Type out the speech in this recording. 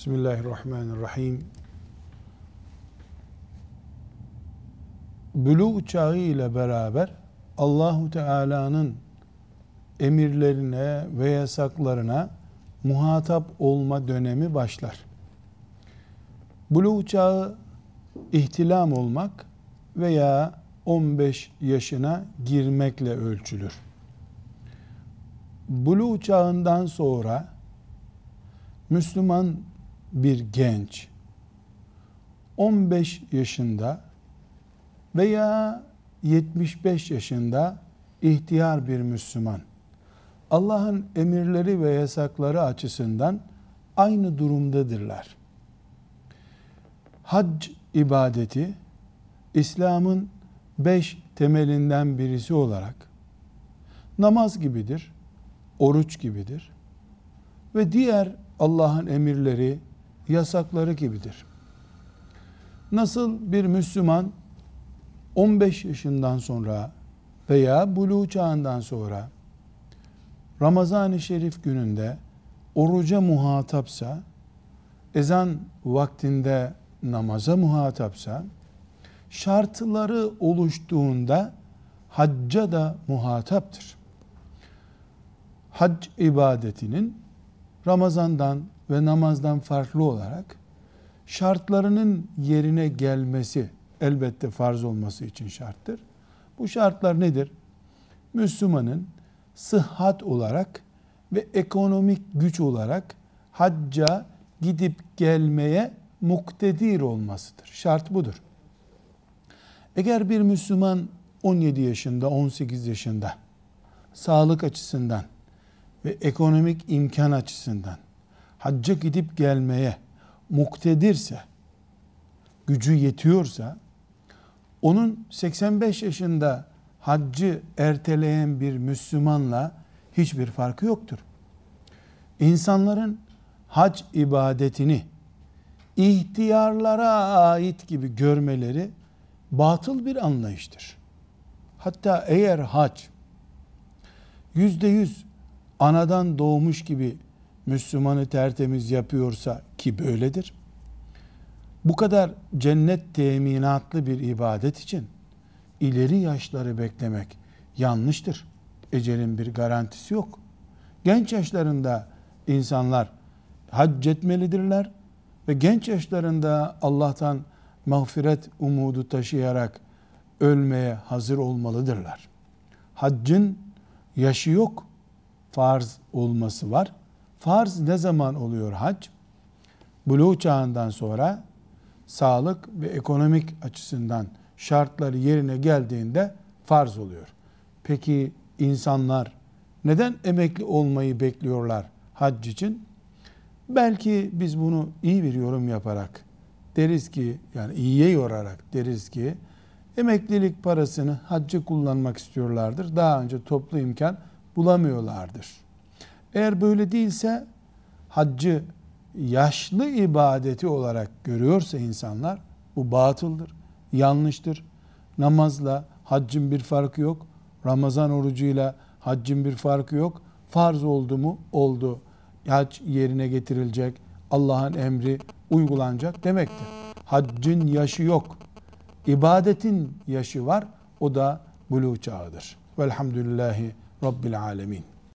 Bismillahirrahmanirrahim. Buluğ çağı ile beraber Allahu Teala'nın emirlerine ve yasaklarına muhatap olma dönemi başlar. Buluğ çağı ihtilam olmak veya 15 yaşına girmekle ölçülür. Buluğ çağından sonra Müslüman bir genç 15 yaşında veya 75 yaşında ihtiyar bir Müslüman Allah'ın emirleri ve yasakları açısından aynı durumdadırlar. Hac ibadeti İslam'ın 5 temelinden birisi olarak namaz gibidir, oruç gibidir ve diğer Allah'ın emirleri, yasakları gibidir. Nasıl bir Müslüman 15 yaşından sonra veya buluğ çağından sonra Ramazan-ı Şerif gününde oruca muhatapsa, ezan vaktinde namaza muhatapsa, şartları oluştuğunda hacca da muhataptır. Hac ibadetinin Ramazan'dan ve namazdan farklı olarak şartlarının yerine gelmesi elbette farz olması için şarttır. Bu şartlar nedir? Müslümanın sıhhat olarak ve ekonomik güç olarak hacca gidip gelmeye muktedir olmasıdır. Şart budur. Eğer bir Müslüman 17 yaşında, 18 yaşında sağlık açısından ve ekonomik imkan açısından hacca gidip gelmeye muktedirse, gücü yetiyorsa, onun 85 yaşında haccı erteleyen bir Müslümanla hiçbir farkı yoktur. İnsanların hac ibadetini ihtiyarlara ait gibi görmeleri batıl bir anlayıştır. Hatta eğer hac %100 anadan doğmuş gibi Müslümanı tertemiz yapıyorsa, ki böyledir, bu kadar cennet teminatlı bir ibadet için ileri yaşları beklemek yanlıştır. Ecelin bir garantisi yok. Genç yaşlarında insanlar hac etmelidirler ve genç yaşlarında Allah'tan mağfiret umudu taşıyarak ölmeye hazır olmalıdırlar. Haccın yaşı yok, farz olması var. Farz ne zaman oluyor hac? Buluğ çağından sonra sağlık ve ekonomik açısından şartları yerine geldiğinde farz oluyor. Peki insanlar neden emekli olmayı bekliyorlar hac için? Belki biz bunu iyi bir yorum yaparak deriz ki, yani iyiye yorarak deriz ki, emeklilik parasını haccı kullanmak istiyorlardır. Daha önce toplu imkan bulamıyorlardır. Eğer böyle değilse, haccı yaşlı ibadeti olarak görüyorsa insanlar, bu batıldır, yanlıştır. Namazla haccın bir farkı yok. Ramazan orucuyla haccın bir farkı yok. Farz oldu mu? Oldu. Hac yerine getirilecek. Allah'ın emri uygulanacak demektir. Haccın yaşı yok. İbadetin yaşı var. O da buluğ çağıdır. Velhamdülillahi Rabbil alemin.